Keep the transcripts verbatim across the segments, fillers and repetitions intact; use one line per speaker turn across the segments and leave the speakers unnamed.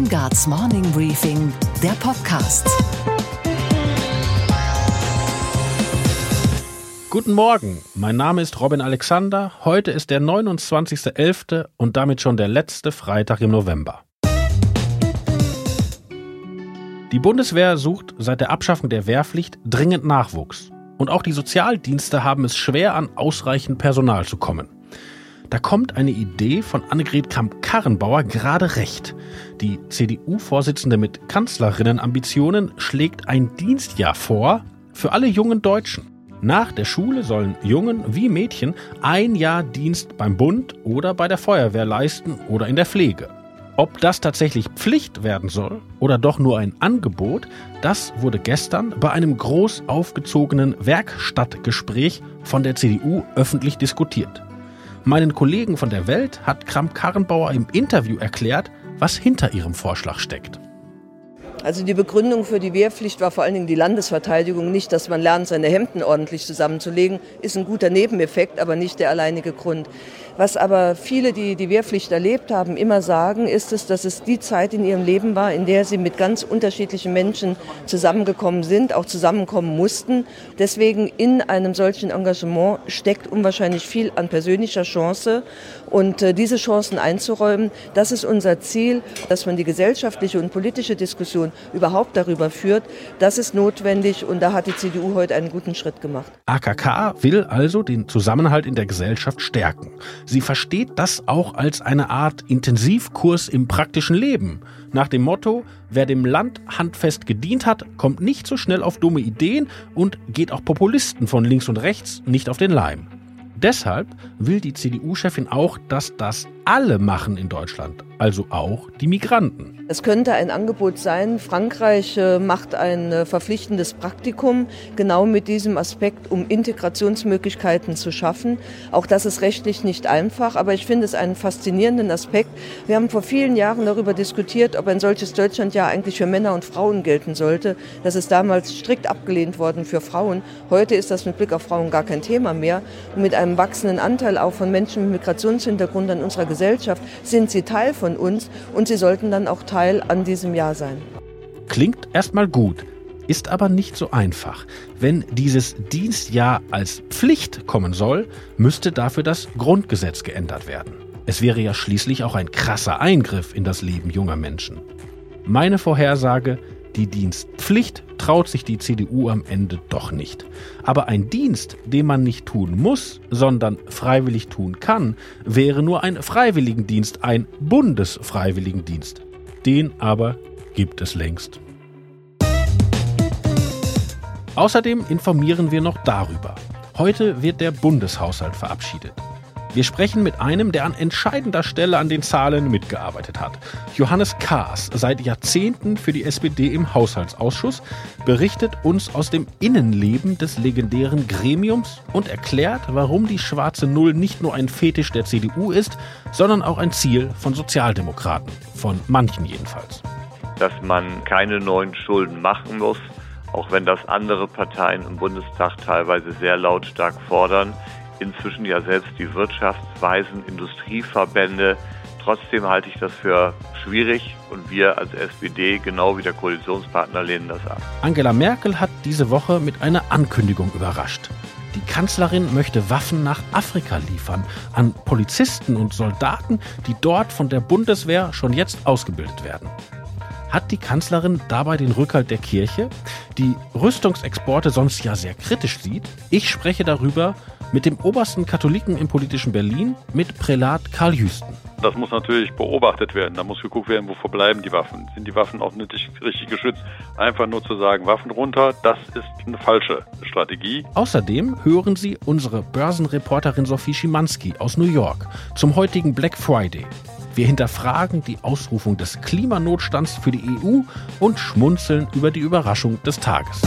Weingarts Morning Briefing, der Podcast.
Guten Morgen, mein Name ist Robin Alexander. Heute ist der neunundzwanzigster elfter und damit schon der letzte Freitag im November. Die Bundeswehr sucht seit der Abschaffung der Wehrpflicht dringend Nachwuchs. Und auch die Sozialdienste haben es schwer, an ausreichend Personal zu kommen. Da kommt eine Idee von Annegret Kramp-Karrenbauer gerade recht. Die C D U-Vorsitzende mit Kanzlerinnenambitionen schlägt ein Dienstjahr vor für alle jungen Deutschen. Nach der Schule sollen Jungen wie Mädchen ein Jahr Dienst beim Bund oder bei der Feuerwehr leisten oder in der Pflege. Ob das tatsächlich Pflicht werden soll oder doch nur ein Angebot, das wurde gestern bei einem groß aufgezogenen Werkstattgespräch von der C D U öffentlich diskutiert. Meinen Kollegen von der Welt hat Kramp-Karrenbauer im Interview erklärt, was hinter ihrem Vorschlag steckt.
Also die Begründung für die Wehrpflicht war vor allen Dingen die Landesverteidigung. Nicht, dass man lernt, seine Hemden ordentlich zusammenzulegen, ist ein guter Nebeneffekt, aber nicht der alleinige Grund. Was aber viele, die die Wehrpflicht erlebt haben, immer sagen, ist es, dass es die Zeit in ihrem Leben war, in der sie mit ganz unterschiedlichen Menschen zusammengekommen sind, auch zusammenkommen mussten. Deswegen in einem solchen Engagement steckt unwahrscheinlich viel an persönlicher Chance. Und äh, diese Chancen einzuräumen, das ist unser Ziel, dass man die gesellschaftliche und politische Diskussion überhaupt darüber führt. Das ist notwendig und da hat die C D U heute einen guten Schritt gemacht.
A K K will also den Zusammenhalt in der Gesellschaft stärken. Sie versteht das auch als eine Art Intensivkurs im praktischen Leben. Nach dem Motto, wer dem Land handfest gedient hat, kommt nicht so schnell auf dumme Ideen und geht auch Populisten von links und rechts nicht auf den Leim. Deshalb will die C D U-Chefin auch, dass das alle machen in Deutschland, also auch die Migranten.
Es könnte ein Angebot sein. Frankreich äh, macht ein äh, verpflichtendes Praktikum, genau mit diesem Aspekt, um Integrationsmöglichkeiten zu schaffen. Auch das ist rechtlich nicht einfach, aber ich finde es einen faszinierenden Aspekt. Wir haben vor vielen Jahren darüber diskutiert, ob ein solches Deutschlandjahr eigentlich für Männer und Frauen gelten sollte. Das ist damals strikt abgelehnt worden für Frauen. Heute ist das mit Blick auf Frauen gar kein Thema mehr. Und mit einem wachsenden Anteil auch von Menschen mit Migrationshintergrund an unserer Gesellschaft sind sie Teil von uns und sie sollten dann auch Teil an diesem Jahr sein.
Klingt erstmal gut, ist aber nicht so einfach. Wenn dieses Dienstjahr als Pflicht kommen soll, müsste dafür das Grundgesetz geändert werden. Es wäre ja schließlich auch ein krasser Eingriff in das Leben junger Menschen. Meine Vorhersage: Die Dienstpflicht traut sich die C D U am Ende doch nicht. Aber ein Dienst, den man nicht tun muss, sondern freiwillig tun kann, wäre nur ein Freiwilligendienst, ein Bundesfreiwilligendienst. Den aber gibt es längst. Außerdem informieren wir noch darüber. Heute wird der Bundeshaushalt verabschiedet. Wir sprechen mit einem, der an entscheidender Stelle an den Zahlen mitgearbeitet hat. Johannes Kaas, seit Jahrzehnten für die S P D im Haushaltsausschuss, berichtet uns aus dem Innenleben des legendären Gremiums und erklärt, warum die schwarze Null nicht nur ein Fetisch der C D U ist, sondern auch ein Ziel von Sozialdemokraten. Von manchen jedenfalls.
Dass man keine neuen Schulden machen muss, auch wenn das andere Parteien im Bundestag teilweise sehr lautstark fordern. Inzwischen ja selbst die wirtschaftsweisen Industrieverbände. Trotzdem halte ich das für schwierig und wir als S P D, genau wie der Koalitionspartner, lehnen das ab.
Angela Merkel hat diese Woche mit einer Ankündigung überrascht. Die Kanzlerin möchte Waffen nach Afrika liefern, an Polizisten und Soldaten, die dort von der Bundeswehr schon jetzt ausgebildet werden. Hat die Kanzlerin dabei den Rückhalt der Kirche, die Rüstungsexporte sonst ja sehr kritisch sieht? Ich spreche darüber mit dem obersten Katholiken im politischen Berlin, mit Prälat Karl Jüsten.
Das muss natürlich beobachtet werden. Da muss geguckt werden, wo verbleiben die Waffen. Sind die Waffen auch nicht richtig geschützt? Einfach nur zu sagen, Waffen runter, das ist eine falsche Strategie.
Außerdem hören Sie unsere Börsenreporterin Sophie Schimanski aus New York zum heutigen Black Friday. Wir hinterfragen die Ausrufung des Klimanotstands für die E U und schmunzeln über die Überraschung des Tages.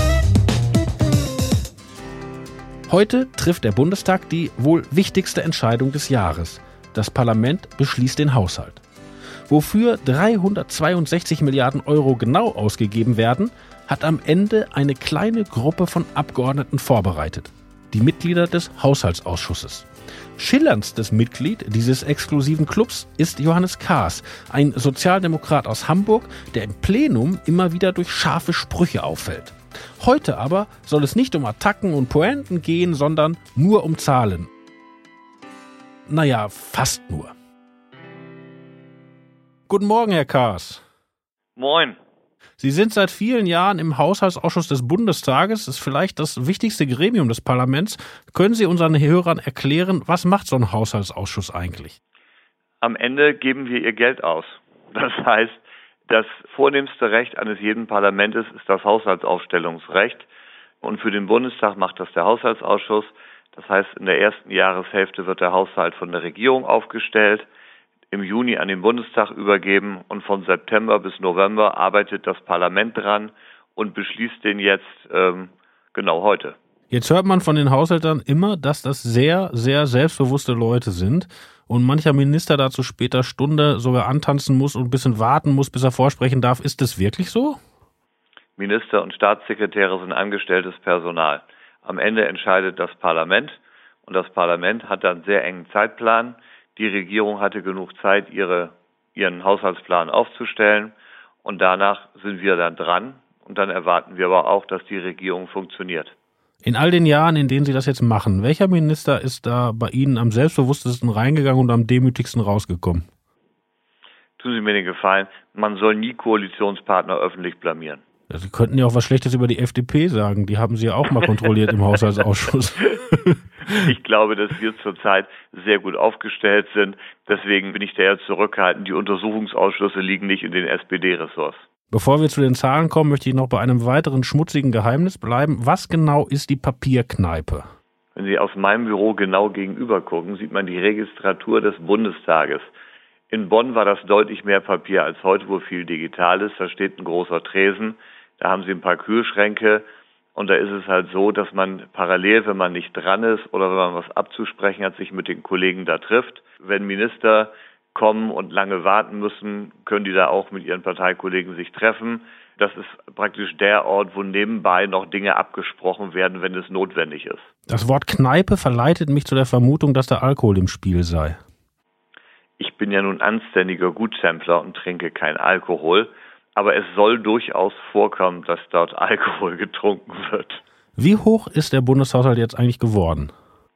Heute trifft der Bundestag die wohl wichtigste Entscheidung des Jahres. Das Parlament beschließt den Haushalt. Wofür dreihundertzweiundsechzig Milliarden Euro genau ausgegeben werden, hat am Ende eine kleine Gruppe von Abgeordneten vorbereitet. Die Mitglieder des Haushaltsausschusses. Schillernstes Mitglied dieses exklusiven Clubs ist Johannes Kahrs, ein Sozialdemokrat aus Hamburg, der im Plenum immer wieder durch scharfe Sprüche auffällt. Heute aber soll es nicht um Attacken und Pointen gehen, sondern nur um Zahlen. Naja, fast nur. Guten Morgen, Herr Kahrs.
Moin.
Sie sind seit vielen Jahren im Haushaltsausschuss des Bundestages. Das ist vielleicht das wichtigste Gremium des Parlaments. Können Sie unseren Hörern erklären, was macht so ein Haushaltsausschuss eigentlich?
Am Ende geben wir ihr Geld aus. Das heißt, das vornehmste Recht eines jeden Parlaments ist das Haushaltsaufstellungsrecht. Und für den Bundestag macht das der Haushaltsausschuss. Das heißt, in der ersten Jahreshälfte wird der Haushalt von der Regierung aufgestellt, im Juni an den Bundestag übergeben und von September bis November arbeitet das Parlament dran und beschließt den jetzt ähm, genau heute.
Jetzt hört man von den Haushältern immer, dass das sehr, sehr selbstbewusste Leute sind und mancher Minister da zu später Stunde sogar antanzen muss und ein bisschen warten muss, bis er vorsprechen darf. Ist das wirklich so?
Minister und Staatssekretäre sind angestelltes Personal. Am Ende entscheidet das Parlament und das Parlament hat dann einen sehr engen Zeitplan. Die Regierung hatte genug Zeit, ihre, ihren Haushaltsplan aufzustellen und danach sind wir dann dran und dann erwarten wir aber auch, dass die Regierung funktioniert.
In all den Jahren, in denen Sie das jetzt machen, welcher Minister ist da bei Ihnen am selbstbewusstesten reingegangen und am demütigsten rausgekommen?
Tun Sie mir den Gefallen, man soll nie Koalitionspartner öffentlich blamieren.
Ja, Sie könnten ja auch was Schlechtes über die F D P sagen, die haben Sie ja auch mal kontrolliert im Haushaltsausschuss.
Ich glaube, dass wir zurzeit sehr gut aufgestellt sind. Deswegen bin ich da eher zurückhaltend. Die Untersuchungsausschüsse liegen nicht in den S P D-Ressorts.
Bevor wir zu den Zahlen kommen, möchte ich noch bei einem weiteren schmutzigen Geheimnis bleiben. Was genau ist die Papierkneipe?
Wenn Sie aus meinem Büro genau gegenüber gucken, sieht man die Registratur des Bundestages. In Bonn war das deutlich mehr Papier als heute, wo viel digital ist. Da steht ein großer Tresen, da haben Sie ein paar Kühlschränke. Und da ist es halt so, dass man parallel, wenn man nicht dran ist oder wenn man was abzusprechen hat, sich mit den Kollegen da trifft. Wenn Minister kommen und lange warten müssen, können die da auch mit ihren Parteikollegen sich treffen. Das ist praktisch der Ort, wo nebenbei noch Dinge abgesprochen werden, wenn es notwendig ist.
Das Wort Kneipe verleitet mich zu der Vermutung, dass da Alkohol im Spiel sei.
Ich bin ja nun anständiger Gutsampler und trinke kein Alkohol. Aber es soll durchaus vorkommen, dass dort Alkohol getrunken wird.
Wie hoch ist der Bundeshaushalt jetzt eigentlich geworden?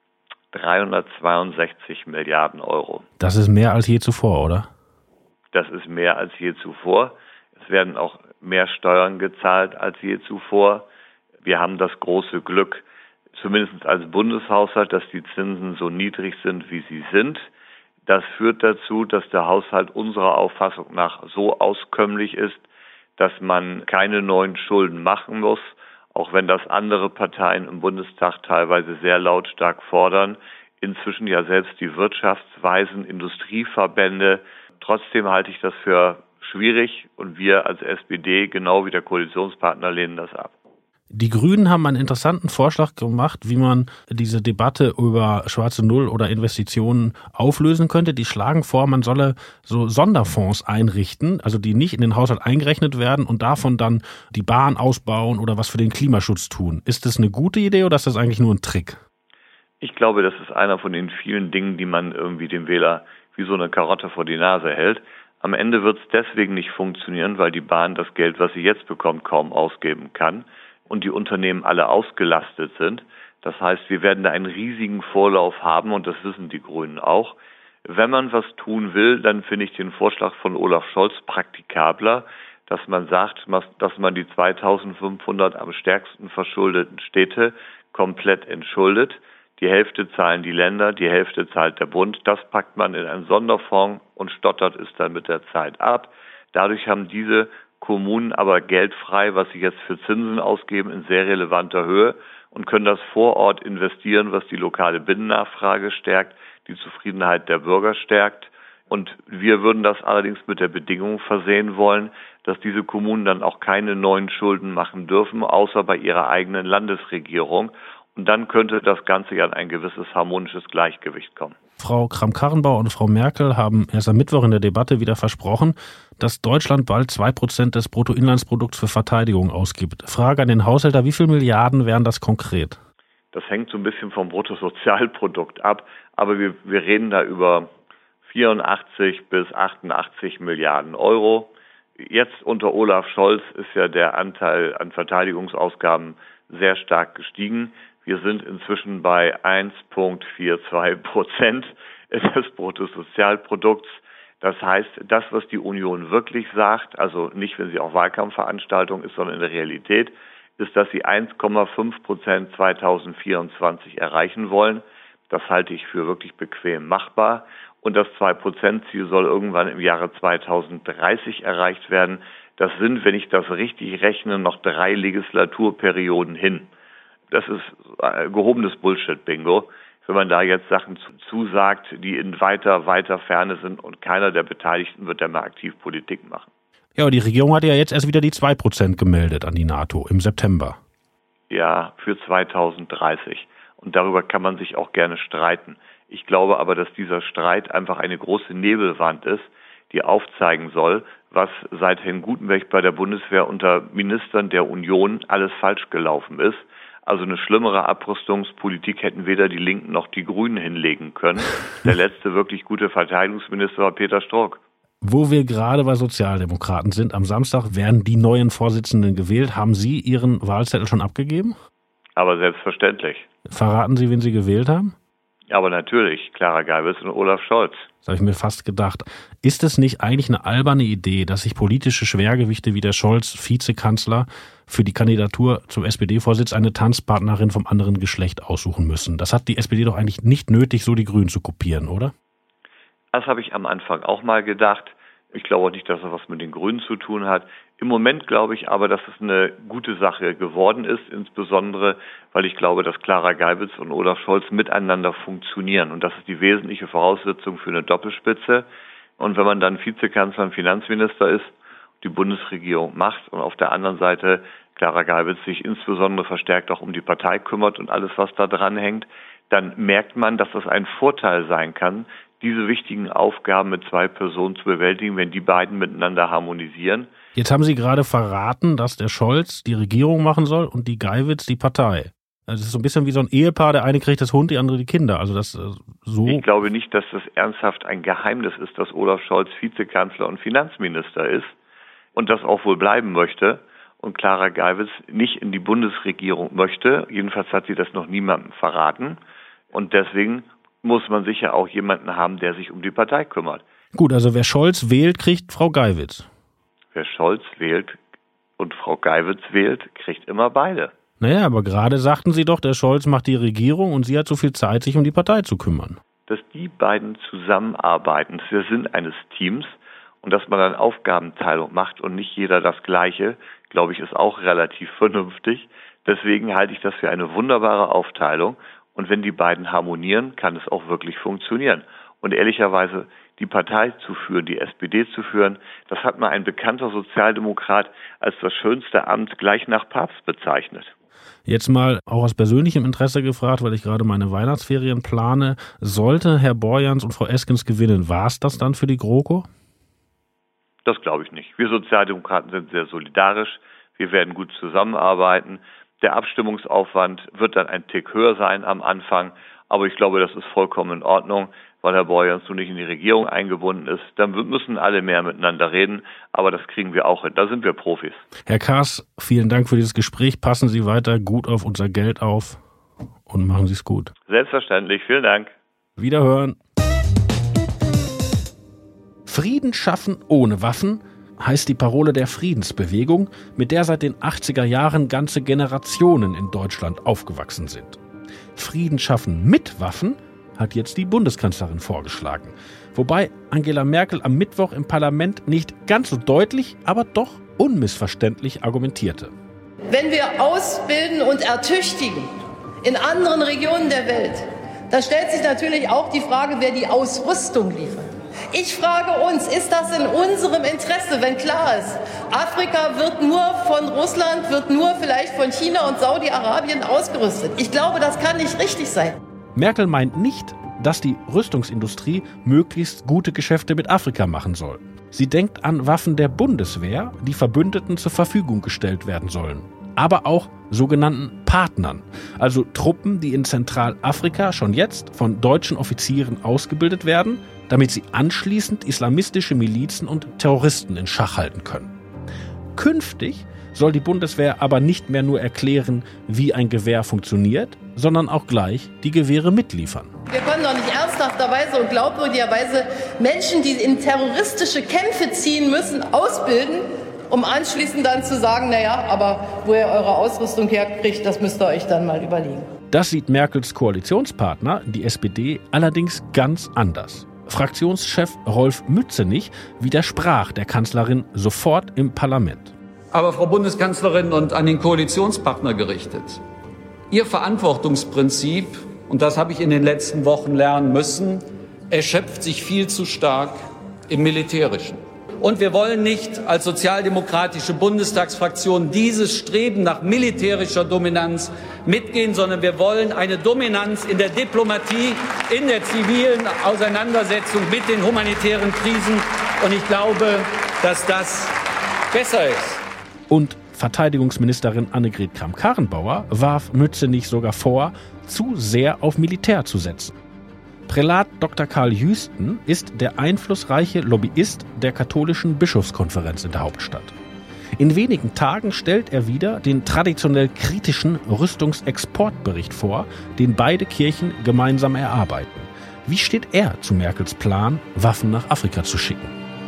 dreihundertzweiundsechzig Milliarden Euro.
Das ist mehr als je zuvor, oder?
Das ist mehr als je zuvor. Es werden auch mehr Steuern gezahlt als je zuvor. Wir haben das große Glück, zumindest als Bundeshaushalt, dass die Zinsen so niedrig sind, wie sie sind. Das führt dazu, dass der Haushalt unserer Auffassung nach so auskömmlich ist, dass man keine neuen Schulden machen muss, auch wenn das andere Parteien im Bundestag teilweise sehr lautstark fordern. Inzwischen ja selbst die wirtschaftsweisen Industrieverbände. Trotzdem halte ich das für schwierig und wir als S P D, genau wie der Koalitionspartner, lehnen das ab.
Die Grünen haben einen interessanten Vorschlag gemacht, wie man diese Debatte über schwarze Null oder Investitionen auflösen könnte. Die schlagen vor, man solle so Sonderfonds einrichten, also die nicht in den Haushalt eingerechnet werden und davon dann die Bahn ausbauen oder was für den Klimaschutz tun. Ist das eine gute Idee oder ist das eigentlich nur ein Trick?
Ich glaube, das ist einer von den vielen Dingen, die man irgendwie dem Wähler wie so eine Karotte vor die Nase hält. Am Ende wird es deswegen nicht funktionieren, weil die Bahn das Geld, was sie jetzt bekommt, kaum ausgeben kann. Und die Unternehmen alle ausgelastet sind. Das heißt, wir werden da einen riesigen Vorlauf haben und das wissen die Grünen auch. Wenn man was tun will, dann finde ich den Vorschlag von Olaf Scholz praktikabler, dass man sagt, dass man die zweitausendfünfhundert am stärksten verschuldeten Städte komplett entschuldet. Die Hälfte zahlen die Länder, die Hälfte zahlt der Bund. Das packt man in einen Sonderfonds und stottert es dann mit der Zeit ab. Dadurch haben diese Kommunen aber Geld frei, was sie jetzt für Zinsen ausgeben, in sehr relevanter Höhe und können das vor Ort investieren, was die lokale Binnennachfrage stärkt, die Zufriedenheit der Bürger stärkt. Und wir würden das allerdings mit der Bedingung versehen wollen, dass diese Kommunen dann auch keine neuen Schulden machen dürfen, außer bei ihrer eigenen Landesregierung. Und dann könnte das Ganze ja in ein gewisses harmonisches Gleichgewicht kommen.
Frau Kramp-Karrenbauer und Frau Merkel haben erst am Mittwoch in der Debatte wieder versprochen, dass Deutschland bald zwei Prozent des Bruttoinlandsprodukts für Verteidigung ausgibt. Frage an den Haushälter, wie viele Milliarden wären das konkret?
Das hängt so ein bisschen vom Bruttosozialprodukt ab, aber wir, wir reden da über vierundachtzig bis achtundachtzig Milliarden Euro. Jetzt unter Olaf Scholz ist ja der Anteil an Verteidigungsausgaben sehr stark gestiegen. Wir sind inzwischen bei eins Komma zweiundvierzig Prozent des Bruttosozialprodukts. Das heißt, das, was die Union wirklich sagt, also nicht, wenn sie auch Wahlkampfveranstaltung ist, sondern in der Realität, ist, dass sie eins Komma fünf Prozent zweitausendvierundzwanzig erreichen wollen. Das halte ich für wirklich bequem machbar. Und das zwei Prozent Ziel soll irgendwann im Jahre zweitausenddreißig erreicht werden. Das sind, wenn ich das richtig rechne, noch drei Legislaturperioden hin. Das ist gehobenes Bullshit-Bingo. Wenn man da jetzt Sachen zusagt, die in weiter, weiter Ferne sind und keiner der Beteiligten wird da mal aktiv Politik machen.
Ja, aber die Regierung hat ja jetzt erst wieder die zwei Prozent gemeldet an die NATO im September.
Ja, für zweitausenddreißig. Und darüber kann man sich auch gerne streiten. Ich glaube aber, dass dieser Streit einfach eine große Nebelwand ist, die aufzeigen soll, was seit Herrn Gutenberg bei der Bundeswehr unter Ministern der Union alles falsch gelaufen ist. Also eine schlimmere Abrüstungspolitik hätten weder die Linken noch die Grünen hinlegen können. Der letzte wirklich gute Verteidigungsminister war Peter Strzok.
Wo wir gerade bei Sozialdemokraten sind, am Samstag werden die neuen Vorsitzenden gewählt. Haben Sie Ihren Wahlzettel schon abgegeben?
Aber selbstverständlich.
Verraten Sie, wen Sie gewählt haben?
Aber natürlich, Clara Geiwitz und Olaf Scholz.
Das habe ich mir fast gedacht. Ist es nicht eigentlich eine alberne Idee, dass sich politische Schwergewichte wie der Scholz, Vizekanzler, für die Kandidatur zum S P D-Vorsitz eine Tanzpartnerin vom anderen Geschlecht aussuchen müssen? Das hat die S P D doch eigentlich nicht nötig, so die Grünen zu kopieren, oder?
Das habe ich am Anfang auch mal gedacht. Ich glaube auch nicht, dass das was mit den Grünen zu tun hat. Im Moment glaube ich aber, dass es eine gute Sache geworden ist, insbesondere, weil ich glaube, dass Clara Geiwitz und Olaf Scholz miteinander funktionieren. Und das ist die wesentliche Voraussetzung für eine Doppelspitze. Und wenn man dann Vizekanzler und Finanzminister ist, die Bundesregierung macht und auf der anderen Seite Clara Geiwitz sich insbesondere verstärkt auch um die Partei kümmert und alles, was da dran hängt, dann merkt man, dass das ein Vorteil sein kann, diese wichtigen Aufgaben mit zwei Personen zu bewältigen, wenn die beiden miteinander harmonisieren.
Jetzt haben Sie gerade verraten, dass der Scholz die Regierung machen soll und die Geiwitz die Partei. Also es ist so ein bisschen wie so ein Ehepaar, der eine kriegt das Hund, die andere die Kinder. Also das so.
Ich glaube nicht, dass das ernsthaft ein Geheimnis ist, dass Olaf Scholz Vizekanzler und Finanzminister ist und das auch wohl bleiben möchte und Clara Geiwitz nicht in die Bundesregierung möchte. Jedenfalls hat sie das noch niemandem verraten und deswegen muss man sicher auch jemanden haben, der sich um die Partei kümmert.
Gut, also wer Scholz wählt, kriegt Frau Geiwitz.
Wer Scholz wählt und Frau Geiwitz wählt, kriegt immer beide.
Naja, aber gerade sagten Sie doch, der Scholz macht die Regierung und sie hat so viel Zeit, sich um die Partei zu kümmern.
Dass die beiden zusammenarbeiten, dass wir sind eines Teams und dass man dann Aufgabenteilung macht und nicht jeder das Gleiche, glaube ich, ist auch relativ vernünftig. Deswegen halte ich das für eine wunderbare Aufteilung. Und wenn die beiden harmonieren, kann es auch wirklich funktionieren. Und ehrlicherweise die Partei zu führen, die S P D zu führen, das hat mal ein bekannter Sozialdemokrat als das schönste Amt gleich nach Papst bezeichnet.
Jetzt mal auch aus persönlichem Interesse gefragt, weil ich gerade meine Weihnachtsferien plane. Sollte Herr Borjans und Frau Eskens gewinnen, war es das dann für die GroKo?
Das glaube ich nicht. Wir Sozialdemokraten sind sehr solidarisch. Wir werden gut zusammenarbeiten. Der Abstimmungsaufwand wird dann ein Tick höher sein am Anfang, aber ich glaube, das ist vollkommen in Ordnung, weil Herr Borjans nun nicht in die Regierung eingebunden ist. Dann müssen alle mehr miteinander reden, aber das kriegen wir auch hin. Da sind wir Profis.
Herr Kaas, vielen Dank für dieses Gespräch. Passen Sie weiter gut auf unser Geld auf und machen Sie es gut.
Selbstverständlich. Vielen Dank.
Wiederhören. Frieden schaffen ohne Waffen heißt die Parole der Friedensbewegung, mit der seit den achtziger Jahren ganze Generationen in Deutschland aufgewachsen sind. Frieden schaffen mit Waffen hat jetzt die Bundeskanzlerin vorgeschlagen. Wobei Angela Merkel am Mittwoch im Parlament nicht ganz so deutlich, aber doch unmissverständlich argumentierte.
Wenn wir ausbilden und ertüchtigen in anderen Regionen der Welt, da stellt sich natürlich auch die Frage, wer die Ausrüstung liefert. Ich frage uns, ist das in unserem Interesse, wenn klar ist, Afrika wird nur von Russland, wird nur vielleicht von China und Saudi-Arabien ausgerüstet? Ich glaube, das kann nicht richtig sein.
Merkel meint nicht, dass die Rüstungsindustrie möglichst gute Geschäfte mit Afrika machen soll. Sie denkt an Waffen der Bundeswehr, die Verbündeten zur Verfügung gestellt werden sollen. Aber auch sogenannten Partnern, also Truppen, die in Zentralafrika schon jetzt von deutschen Offizieren ausgebildet werden, damit sie anschließend islamistische Milizen und Terroristen in Schach halten können. Künftig soll die Bundeswehr aber nicht mehr nur erklären, wie ein Gewehr funktioniert, sondern auch gleich die Gewehre mitliefern.
Wir können doch nicht ernsthafterweise und glaubwürdigerweise Menschen, die in terroristische Kämpfe ziehen müssen, ausbilden, um anschließend dann zu sagen, naja, aber wo ihr eure Ausrüstung herkriegt, das müsst ihr euch dann mal überlegen.
Das sieht Merkels Koalitionspartner, die S P D, allerdings ganz anders. Fraktionschef Rolf Mützenich widersprach der Kanzlerin sofort im Parlament.
Aber Frau Bundeskanzlerin, und an den Koalitionspartner gerichtet, Ihr Verantwortungsprinzip, und das habe ich in den letzten Wochen lernen müssen, erschöpft sich viel zu stark im Militärischen. Und wir wollen nicht als sozialdemokratische Bundestagsfraktion dieses Streben nach militärischer Dominanz mitgehen, sondern wir wollen eine Dominanz in der Diplomatie, in der zivilen Auseinandersetzung mit den humanitären Krisen. Und ich glaube, dass das besser ist.
Und Verteidigungsministerin Annegret Kramp-Karrenbauer warf Mützenich sogar vor, zu sehr auf Militär zu setzen. Prälat Doktor Karl Jüsten ist der einflussreiche Lobbyist der katholischen Bischofskonferenz in der Hauptstadt. In wenigen Tagen stellt er wieder den traditionell kritischen Rüstungsexportbericht vor, den beide Kirchen gemeinsam erarbeiten. Wie steht er zu Merkels Plan, Waffen nach Afrika zu schicken?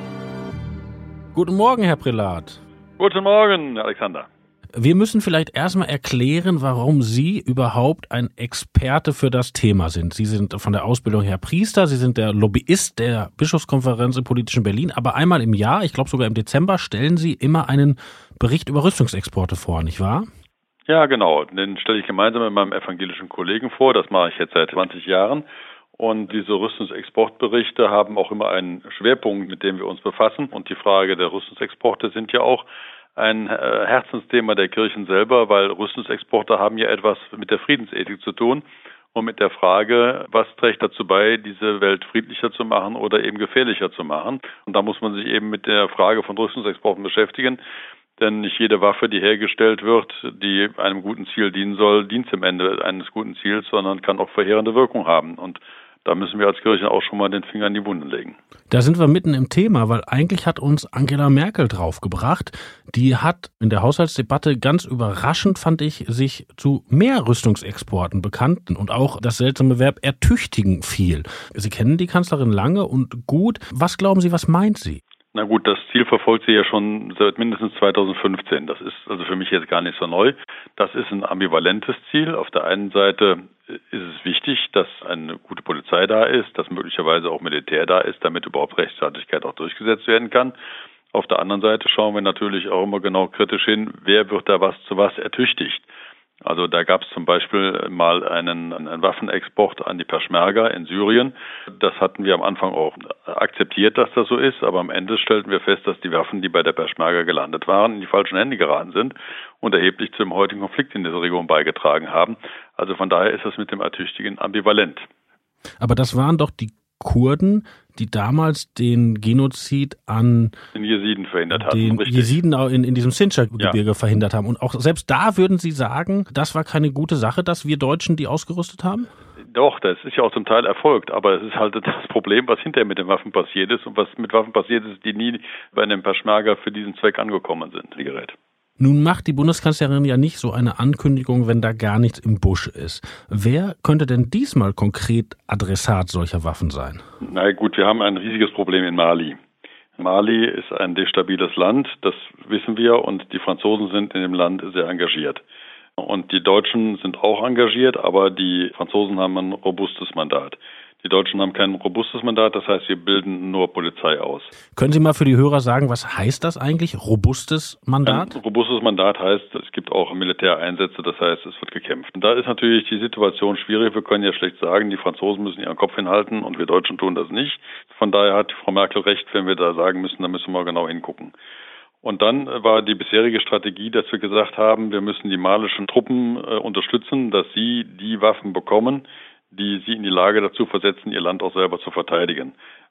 Guten Morgen, Herr Prälat.
Guten Morgen, Alexander.
Wir müssen vielleicht erstmal erklären, warum Sie überhaupt ein Experte für das Thema sind. Sie sind von der Ausbildung her Priester, Sie sind der Lobbyist der Bischofskonferenz im politischen Berlin, aber einmal im Jahr, ich glaube sogar im Dezember, stellen Sie immer einen Bericht über Rüstungsexporte vor, nicht wahr?
Ja, genau. Den stelle ich gemeinsam mit meinem evangelischen Kollegen vor. Das mache ich jetzt seit zwanzig Jahren. Und diese Rüstungsexportberichte haben auch immer einen Schwerpunkt, mit dem wir uns befassen. Und die Frage der Rüstungsexporte sind ja auch ein äh, Herzensthema der Kirchen selber, weil Rüstungsexporte haben ja etwas mit der Friedensethik zu tun und mit der Frage, was trägt dazu bei, diese Welt friedlicher zu machen oder eben gefährlicher zu machen. Und da muss man sich eben mit der Frage von Rüstungsexporten beschäftigen. Denn nicht jede Waffe, die hergestellt wird, die einem guten Ziel dienen soll, dient am Ende eines guten Ziels, sondern kann auch verheerende Wirkung haben. Und da müssen wir als Kirche auch schon mal den Finger in die Wunden legen.
Da sind wir mitten im Thema, weil eigentlich hat uns Angela Merkel draufgebracht. Die hat in der Haushaltsdebatte ganz überraschend, fand ich, sich zu mehr Rüstungsexporten bekannt und auch das seltsame Verb ertüchtigen fiel. Sie kennen die Kanzlerin lange und gut. Was glauben Sie, was meint sie?
Na gut, das Ziel verfolgt sie ja schon seit mindestens zweitausendfünfzehn. Das ist also für mich jetzt gar nicht so neu. Das ist ein ambivalentes Ziel. Auf der einen Seite ist es wichtig, dass eine gute Polizei da ist, dass möglicherweise auch Militär da ist, damit überhaupt Rechtsstaatlichkeit auch durchgesetzt werden kann. Auf der anderen Seite schauen wir natürlich auch immer genau kritisch hin, wer wird da was zu was ertüchtigt. Also da gab es zum Beispiel mal einen, einen Waffenexport an die Peschmerga in Syrien. Das hatten wir am Anfang auch akzeptiert, dass das so ist, aber am Ende stellten wir fest, dass die Waffen, die bei der Peschmerga gelandet waren, in die falschen Hände geraten sind und erheblich zu dem heutigen Konflikt in dieser Region beigetragen haben. Also von daher ist das mit dem Ertüchtigen ambivalent.
Aber das waren doch die Kurden, die damals den Genozid an
den Jesiden verhindert haben.
Den
richtig.
Jesiden in, in diesem Sinjar-Gebirge ja. verhindert haben. Und auch selbst da würden Sie sagen, das war keine gute Sache, dass wir Deutschen die ausgerüstet haben?
Doch, das ist ja auch zum Teil erfolgt, aber es ist halt das Problem, was hinterher mit den Waffen passiert ist und was mit Waffen passiert ist, die nie bei einem Peschmerga für diesen Zweck angekommen sind, die Geräte.
Nun macht die Bundeskanzlerin ja nicht so eine Ankündigung, wenn da gar nichts im Busch ist. Wer könnte denn diesmal konkret Adressat solcher Waffen sein?
Na gut, wir haben ein riesiges Problem in Mali. Mali ist ein destabiles Land, das wissen wir, und die Franzosen sind in dem Land sehr engagiert. Und die Deutschen sind auch engagiert, aber die Franzosen haben ein robustes Mandat. Die Deutschen haben kein robustes Mandat, das heißt, wir bilden nur Polizei aus.
Können Sie mal für die Hörer sagen, was heißt das eigentlich, robustes Mandat?
Ein robustes Mandat heißt, es gibt auch Militäreinsätze, das heißt, es wird gekämpft. Und da ist natürlich die Situation schwierig. Wir können ja schlecht sagen, die Franzosen müssen ihren Kopf hinhalten und wir Deutschen tun das nicht. Von daher hat Frau Merkel recht, wenn wir da sagen müssen, da müssen wir genau hingucken. Und dann war die bisherige Strategie, dass wir gesagt haben, wir müssen die malischen Truppen äh, unterstützen, dass sie die Waffen bekommen, die sie in die Lage dazu versetzen, ihr Land auch selber zu verteidigen.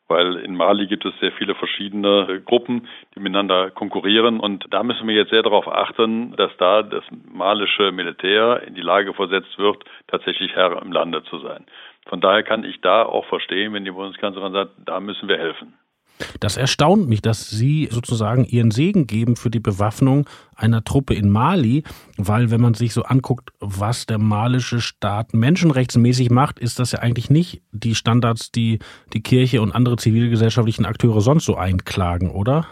weil in Mali gibt es sehr viele verschiedene Gruppen, die miteinander konkurrieren. Und da müssen wir jetzt sehr darauf achten, dass da das malische Militär in die Lage versetzt wird, tatsächlich Herr im Lande zu sein. Von daher kann ich da auch verstehen, wenn die Bundeskanzlerin sagt, da müssen wir helfen.
Das erstaunt mich, dass Sie sozusagen Ihren Segen geben für die Bewaffnung einer Truppe in Mali, weil wenn man sich so anguckt, was der malische Staat menschenrechtsmäßig macht, ist das ja eigentlich nicht die Standards, die die Kirche und andere zivilgesellschaftlichen Akteure sonst so einklagen, oder?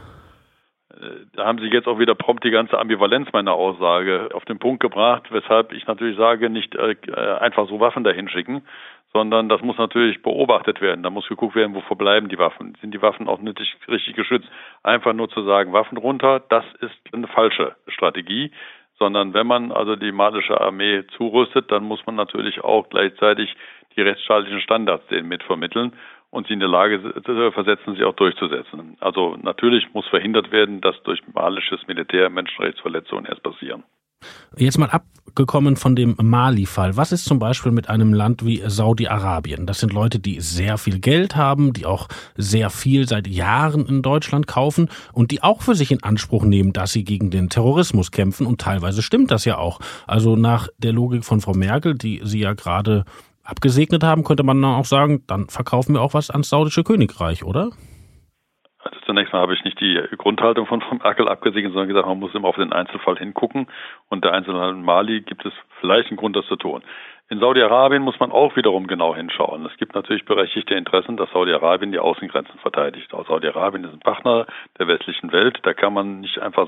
Da haben Sie jetzt auch wieder prompt die ganze Ambivalenz meiner Aussage auf den Punkt gebracht, weshalb ich natürlich sage, nicht äh, einfach so Waffen dahin schicken, sondern das muss natürlich beobachtet werden. Da muss geguckt werden, wo verbleiben die Waffen. Sind die Waffen auch nötig, richtig geschützt? Einfach nur zu sagen, Waffen runter, das ist eine falsche Strategie, sondern wenn man also die malische Armee zurüstet, dann muss man natürlich auch gleichzeitig die rechtsstaatlichen Standards denen mitvermitteln und sie in der Lage versetzen, sie auch durchzusetzen. Also natürlich muss verhindert werden, dass durch malisches Militär Menschenrechtsverletzungen erst passieren.
Jetzt mal abgekommen von dem Mali-Fall. Was ist zum Beispiel mit einem Land wie Saudi-Arabien? Das sind Leute, die sehr viel Geld haben, die auch sehr viel seit Jahren in Deutschland kaufen und die auch für sich in Anspruch nehmen, dass sie gegen den Terrorismus kämpfen. Und teilweise stimmt das ja auch. Also nach der Logik von Frau Merkel, die Sie ja gerade abgesegnet haben, könnte man dann auch sagen, dann verkaufen wir auch was ans saudische Königreich, oder?
Also zunächst mal habe ich nicht die Grundhaltung von Frau Merkel abgesegnet, sondern gesagt, man muss immer auf den Einzelfall hingucken. Und der Einzelfall in Mali gibt es vielleicht einen Grund, das zu tun. In Saudi-Arabien muss man auch wiederum genau hinschauen. Es gibt natürlich berechtigte Interessen, dass Saudi-Arabien die Außengrenzen verteidigt. Auch Saudi-Arabien ist ein Partner der westlichen Welt. Da kann man nicht einfach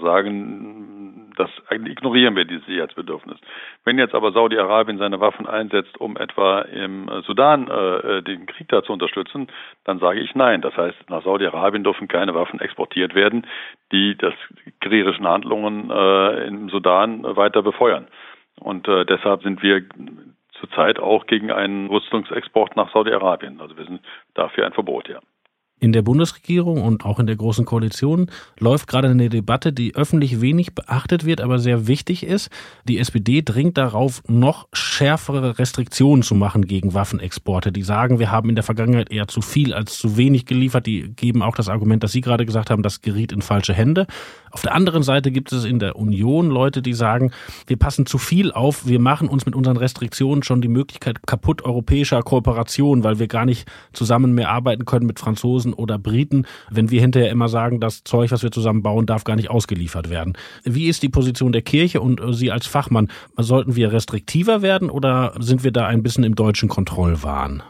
sagen, das ignorieren wir dieses Sicherheitsbedürfnis. Wenn jetzt aber Saudi-Arabien seine Waffen einsetzt, um etwa im Sudan äh, den Krieg da zu unterstützen, dann sage ich nein. Das heißt, nach Saudi-Arabien dürfen keine Waffen exportiert werden, die das kriegerischen Handlungen äh, im Sudan äh, weiter befeuern. Und äh, deshalb sind wir zurzeit auch gegen einen Rüstungsexport nach Saudi-Arabien. Also wir sind dafür ein Verbot, ja.
In der Bundesregierung und auch in der Großen Koalition läuft gerade eine Debatte, die öffentlich wenig beachtet wird, aber sehr wichtig ist. Die S P D dringt darauf, noch schärfere Restriktionen zu machen gegen Waffenexporte. Die sagen, wir haben in der Vergangenheit eher zu viel als zu wenig geliefert. Die geben auch das Argument, das Sie gerade gesagt haben, das geriet in falsche Hände. Auf der anderen Seite gibt es in der Union Leute, die sagen, wir passen zu viel auf, wir machen uns mit unseren Restriktionen schon die Möglichkeit kaputt europäischer Kooperation, weil wir gar nicht zusammen mehr arbeiten können mit Franzosen oder Briten, wenn wir hinterher immer sagen, das Zeug, was wir zusammen bauen, darf gar nicht ausgeliefert werden. Wie ist die Position der Kirche und Sie als Fachmann? Sollten wir restriktiver werden oder sind wir da ein bisschen im deutschen Kontrollwahn?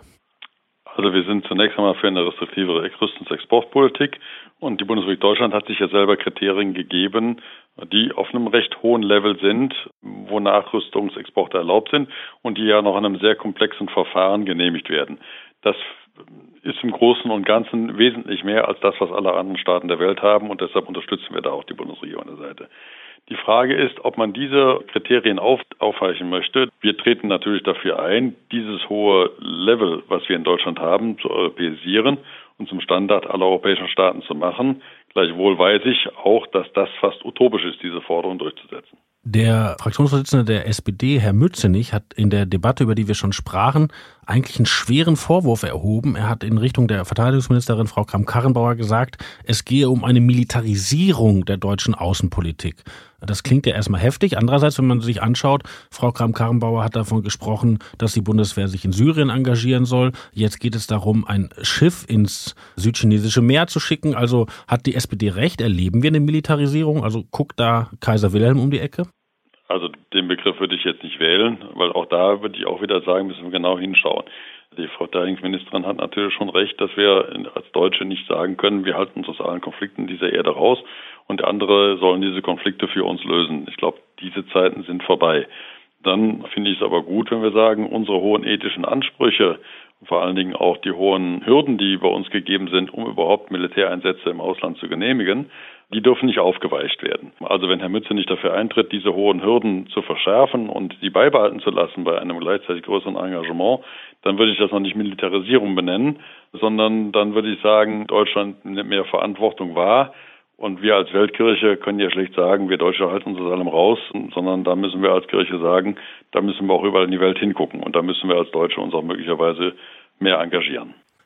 Also wir sind zunächst einmal für eine restriktivere Rüstungsexportpolitik und die Bundesrepublik Deutschland hat sich ja selber Kriterien gegeben, die auf einem recht hohen Level sind, wonach Rüstungsexporte erlaubt sind und die ja noch in einem sehr komplexen Verfahren genehmigt werden. Das ist im Großen und Ganzen wesentlich mehr als das, was alle anderen Staaten der Welt haben und deshalb unterstützen wir da auch die Bundesregierung an der Seite. Die Frage ist, ob man diese Kriterien auf, aufweichen möchte. Wir treten natürlich dafür ein, dieses hohe Level, was wir in Deutschland haben, zu europäisieren und zum Standard aller europäischen Staaten zu machen. Gleichwohl weiß ich auch, dass das fast utopisch ist, diese Forderung durchzusetzen.
Der Fraktionsvorsitzende der S P D, Herr Mützenich, hat in der Debatte, über die wir schon sprachen, eigentlich einen schweren Vorwurf erhoben. Er hat in Richtung der Verteidigungsministerin Frau Kramp-Karrenbauer gesagt, es gehe um eine Militarisierung der deutschen Außenpolitik. Das klingt ja erstmal heftig. Andererseits, wenn man sich anschaut, Frau Kramp-Karrenbauer hat davon gesprochen, dass die Bundeswehr sich in Syrien engagieren soll. Jetzt geht es darum, ein Schiff ins südchinesische Meer zu schicken. Also hat die S P D recht? Erleben wir eine Militarisierung? Also guckt da Kaiser Wilhelm um die Ecke?
Also den Begriff würde ich jetzt nicht wählen, weil auch da würde ich auch wieder sagen, müssen wir genau hinschauen. Die Frau Verteidigungsministerin hat natürlich schon recht, dass wir als Deutsche nicht sagen können, wir halten uns aus allen Konflikten dieser Erde raus und andere sollen diese Konflikte für uns lösen. Ich glaube, diese Zeiten sind vorbei. Dann finde ich es aber gut, wenn wir sagen, unsere hohen ethischen Ansprüche, vor allen Dingen auch die hohen Hürden, die bei uns gegeben sind, um überhaupt Militäreinsätze im Ausland zu genehmigen, die dürfen nicht aufgeweicht werden. Also wenn Herr Mützenich dafür eintritt, diese hohen Hürden zu verschärfen und die beibehalten zu lassen bei einem gleichzeitig größeren Engagement, dann würde ich das noch nicht Militarisierung benennen, sondern dann würde ich sagen, Deutschland nimmt mehr Verantwortung wahr. Und wir als Weltkirche können ja schlecht sagen, wir Deutsche halten uns aus allem raus, sondern da müssen wir als Kirche sagen, da müssen wir auch überall in die Welt hingucken. Und da müssen wir als Deutsche uns auch möglicherweise mehr engagieren.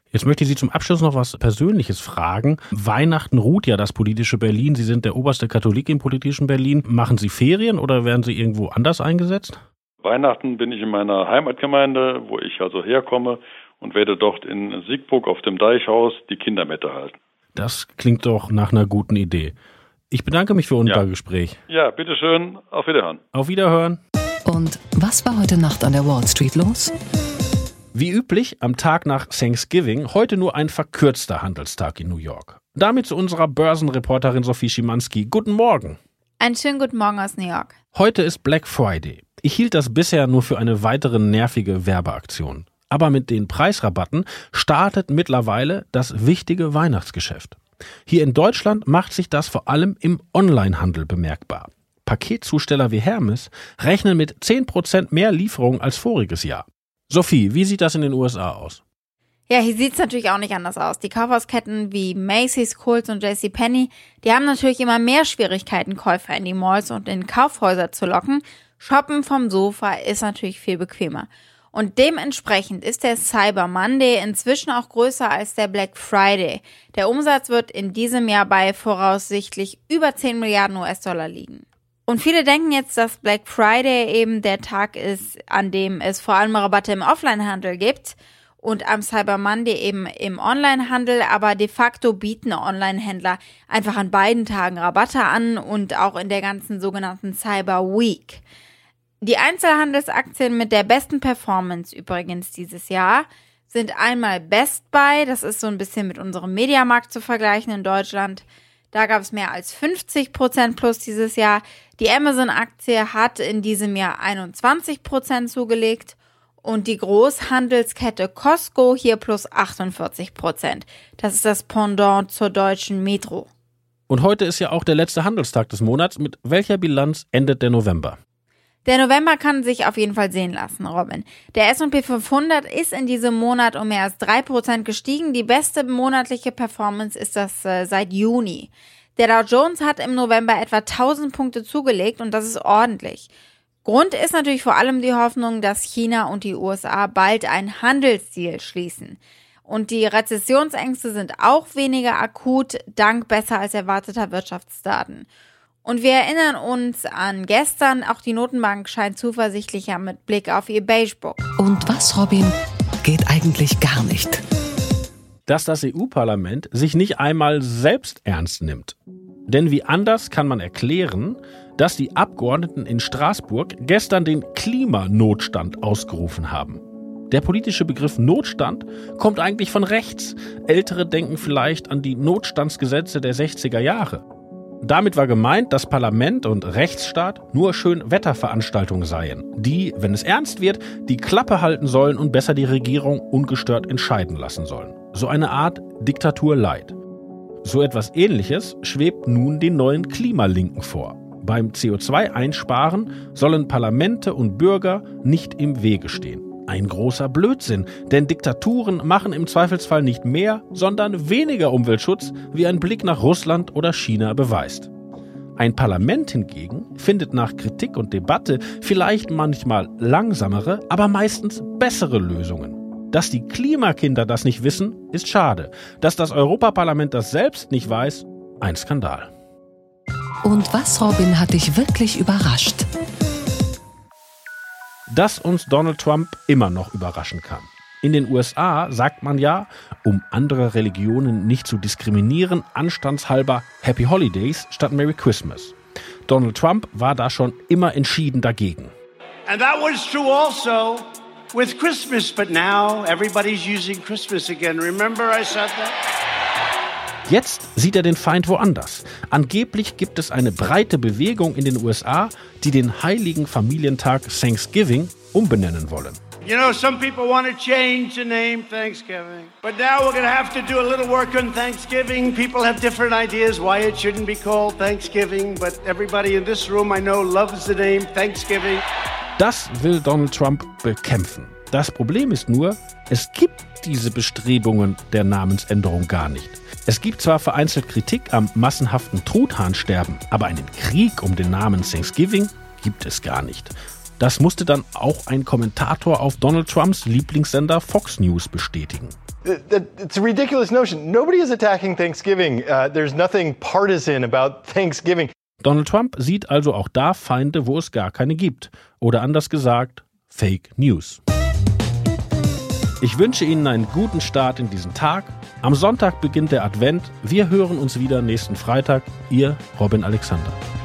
Jetzt möchte ich Sie zum Abschluss noch was Persönliches fragen. Weihnachten ruht ja das politische Berlin. Sie sind der oberste Katholik im politischen Berlin. Machen Sie Ferien oder werden Sie irgendwo anders eingesetzt?
Weihnachten bin ich in meiner Heimatgemeinde, wo ich also herkomme, und werde dort in Siegburg auf dem Deichhaus die Kindermette halten.
Das klingt doch nach einer guten Idee. Ich bedanke mich für unser
ja.
Gespräch.
Ja, bitteschön. Auf Wiederhören.
Auf Wiederhören.
Und was war heute Nacht an der Wall Street los?
Wie üblich am Tag nach Thanksgiving heute nur ein verkürzter Handelstag in New York. Damit zu unserer Börsenreporterin Sophie Schimanski. Guten Morgen.
Einen schönen guten Morgen aus New York.
Heute ist Black Friday. Ich hielt das bisher nur für eine weitere nervige Werbeaktion. Aber mit den Preisrabatten startet mittlerweile das wichtige Weihnachtsgeschäft. Hier in Deutschland macht sich das vor allem im Onlinehandel bemerkbar. Paketzusteller wie Hermes rechnen mit zehn Prozent mehr Lieferungen als voriges Jahr. Sophie, wie sieht das in den U S A aus?
Ja, hier sieht es natürlich auch nicht anders aus. Die Kaufhausketten wie Macy's, Kohl's und JCPenney, die haben natürlich immer mehr Schwierigkeiten, Käufer in die Malls und in Kaufhäuser zu locken. Shoppen vom Sofa ist natürlich viel bequemer. Und dementsprechend ist der Cyber Monday inzwischen auch größer als der Black Friday. Der Umsatz wird in diesem Jahr bei voraussichtlich über zehn Milliarden U S-Dollar liegen. Und viele denken jetzt, dass Black Friday eben der Tag ist, an dem es vor allem Rabatte im Offline-Handel gibt und am Cyber Monday eben im Onlinehandel, aber de facto bieten Online-Händler einfach an beiden Tagen Rabatte an und auch in der ganzen sogenannten Cyber Week. Die Einzelhandelsaktien mit der besten Performance übrigens dieses Jahr sind einmal Best Buy, das ist so ein bisschen mit unserem Mediamarkt zu vergleichen in Deutschland. Da gab es mehr als fünfzig Prozent plus dieses Jahr. Die Amazon-Aktie hat in diesem Jahr einundzwanzig Prozent zugelegt und die Großhandelskette Costco hier plus achtundvierzig Prozent. Das ist das Pendant zur deutschen Metro.
Und heute ist ja auch der letzte Handelstag des Monats. Mit welcher Bilanz endet der November?
Der November kann sich auf jeden Fall sehen lassen, Robin. Der S und P fünfhundert ist in diesem Monat um mehr als drei Prozent gestiegen. Die beste monatliche Performance ist das äh, seit Juni. Der Dow Jones hat im November etwa tausend Punkte zugelegt und das ist ordentlich. Grund ist natürlich vor allem die Hoffnung, dass China und die U S A bald einen Handelsdeal schließen. Und die Rezessionsängste sind auch weniger akut, dank besser als erwarteter Wirtschaftsdaten. Und wir erinnern uns an gestern, auch die Notenbank scheint zuversichtlicher mit Blick auf ihr Beigebook.
Und was, Robin, geht eigentlich gar nicht?
Dass das E U-Parlament sich nicht einmal selbst ernst nimmt. Denn wie anders kann man erklären, dass die Abgeordneten in Straßburg gestern den Klimanotstand ausgerufen haben. Der politische Begriff Notstand kommt eigentlich von rechts. Ältere denken vielleicht an die Notstandsgesetze der sechziger Jahre. Damit war gemeint, dass Parlament und Rechtsstaat nur Schönwetterveranstaltungen seien, die, wenn es ernst wird, die Klappe halten sollen und besser die Regierung ungestört entscheiden lassen sollen. So eine Art Diktatur light. So etwas Ähnliches schwebt nun den neuen Klimalinken vor. Beim C O zwei Einsparen sollen Parlamente und Bürger nicht im Wege stehen. Ein großer Blödsinn, denn Diktaturen machen im Zweifelsfall nicht mehr, sondern weniger Umweltschutz, wie ein Blick nach Russland oder China beweist. Ein Parlament hingegen findet nach Kritik und Debatte vielleicht manchmal langsamere, aber meistens bessere Lösungen. Dass die Klimakinder das nicht wissen, ist schade. Dass das Europaparlament das selbst nicht weiß, ein Skandal.
Und was, Robin, hat dich wirklich überrascht?
Dass uns Donald Trump immer noch überraschen kann. In den U S A sagt man ja, um andere Religionen nicht zu diskriminieren, anstandshalber Happy Holidays statt Merry Christmas. Donald Trump war da schon immer entschieden dagegen.
And that was true also with Christmas, but now everybody's using Christmas again. Remember I said that?
Jetzt sieht er den Feind woanders. Angeblich gibt es eine breite Bewegung in den U S A, die den heiligen Familientag Thanksgiving umbenennen wollen.
You know, some people want to change the name Thanksgiving. But now we're going to have to do a little work on Thanksgiving. People have different ideas why it shouldn't be called Thanksgiving. But everybody in this room I know loves the name Thanksgiving.
Das will Donald Trump bekämpfen. Das Problem ist nur, es gibt diese Bestrebungen der Namensänderung gar nicht. Es gibt zwar vereinzelt Kritik am massenhaften Truthahnsterben, aber einen Krieg um den Namen Thanksgiving gibt es gar nicht. Das musste dann auch ein Kommentator auf Donald Trumps Lieblingssender Fox News bestätigen.
It's a ridiculous notion. Nobody is attacking Thanksgiving. Uh, there's nothing partisan about Thanksgiving.
Donald Trump sieht also auch da Feinde, wo es gar keine gibt. Oder anders gesagt, Fake News. Ich wünsche Ihnen einen guten Start in diesen Tag. Am Sonntag beginnt der Advent. Wir hören uns wieder nächsten Freitag. Ihr Robin Alexander.